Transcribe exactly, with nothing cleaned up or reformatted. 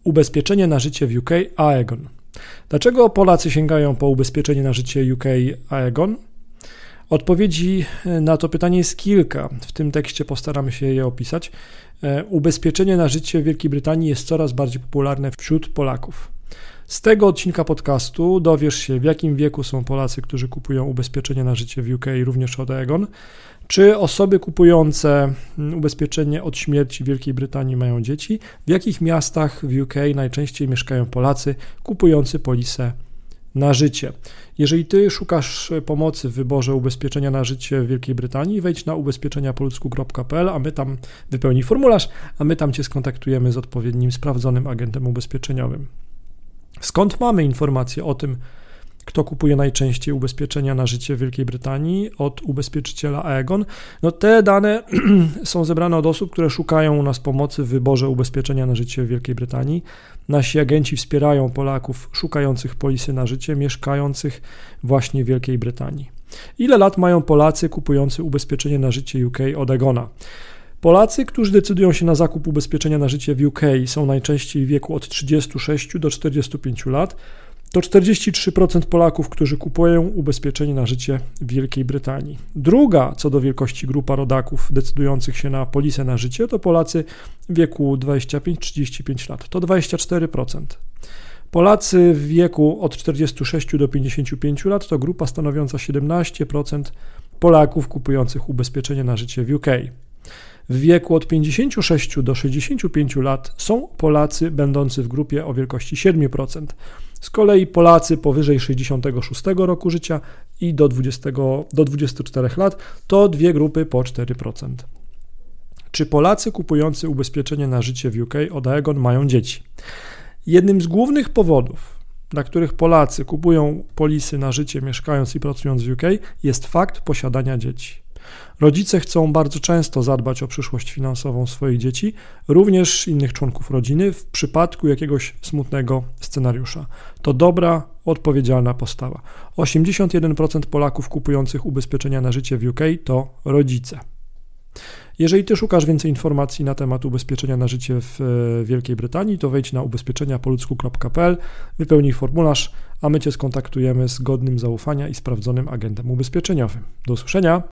Ubezpieczenie na życie w U K Aegon. Dlaczego Polacy sięgają po ubezpieczenie na życie U K Aegon? Odpowiedzi na to pytanie jest kilka. W tym tekście postaramy się je opisać. Ubezpieczenie na życie w Wielkiej Brytanii jest coraz bardziej popularne wśród Polaków. Z tego odcinka podcastu dowiesz się, w jakim wieku są Polacy, którzy kupują ubezpieczenie na życie w U K, również od Aegon, czy osoby kupujące ubezpieczenie od śmierci w Wielkiej Brytanii mają dzieci, w jakich miastach w U K najczęściej mieszkają Polacy kupujący polisę na życie. Jeżeli Ty szukasz pomocy w wyborze ubezpieczenia na życie w Wielkiej Brytanii, wejdź na ubezpieczenia po ludzku kropka p l, a my tam wypełnij formularz, a my tam Cię skontaktujemy z odpowiednim, sprawdzonym agentem ubezpieczeniowym. Skąd mamy informacje o tym, kto kupuje najczęściej ubezpieczenia na życie w Wielkiej Brytanii od ubezpieczyciela Aegon? No te dane są zebrane od osób, które szukają u nas pomocy w wyborze ubezpieczenia na życie w Wielkiej Brytanii. Nasi agenci wspierają Polaków szukających polisy na życie, mieszkających właśnie w Wielkiej Brytanii. Ile lat mają Polacy kupujący ubezpieczenie na życie U K od Aegona? Polacy, którzy decydują się na zakup ubezpieczenia na życie w U K, są najczęściej w wieku od trzydziestu sześciu do czterdziestu pięciu lat. To czterdzieści trzy procent Polaków, którzy kupują ubezpieczenie na życie w Wielkiej Brytanii. Druga co do wielkości grupa rodaków decydujących się na polisę na życie to Polacy w wieku dwudziestu pięciu do trzydziestu pięciu lat. To dwadzieścia cztery procent. Polacy w wieku od czterdziestu sześciu do pięćdziesięciu pięciu lat to grupa stanowiąca siedemnaście procent Polaków kupujących ubezpieczenie na życie w U K. W wieku od pięćdziesięciu sześciu do sześćdziesięciu pięciu lat są Polacy będący w grupie o wielkości siedem procent. Z kolei Polacy powyżej sześćdziesiątego szóstego roku życia i do dwudziestego do dwudziestu czterech lat to dwie grupy po cztery procent. Czy Polacy kupujący ubezpieczenie na życie w U K od Aegon mają dzieci? Jednym z głównych powodów, dla których Polacy kupują polisy na życie mieszkając i pracując w U K, jest fakt posiadania dzieci. Rodzice chcą bardzo często zadbać o przyszłość finansową swoich dzieci, również innych członków rodziny, w przypadku jakiegoś smutnego scenariusza. To dobra, odpowiedzialna postawa. osiemdziesiąt jeden procent Polaków kupujących ubezpieczenia na życie w U K to rodzice. Jeżeli Ty szukasz więcej informacji na temat ubezpieczenia na życie w Wielkiej Brytanii, to wejdź na ubezpieczenia po ludzku kropka p l, wypełnij formularz, a my Cię skontaktujemy z godnym zaufania i sprawdzonym agentem ubezpieczeniowym. Do usłyszenia!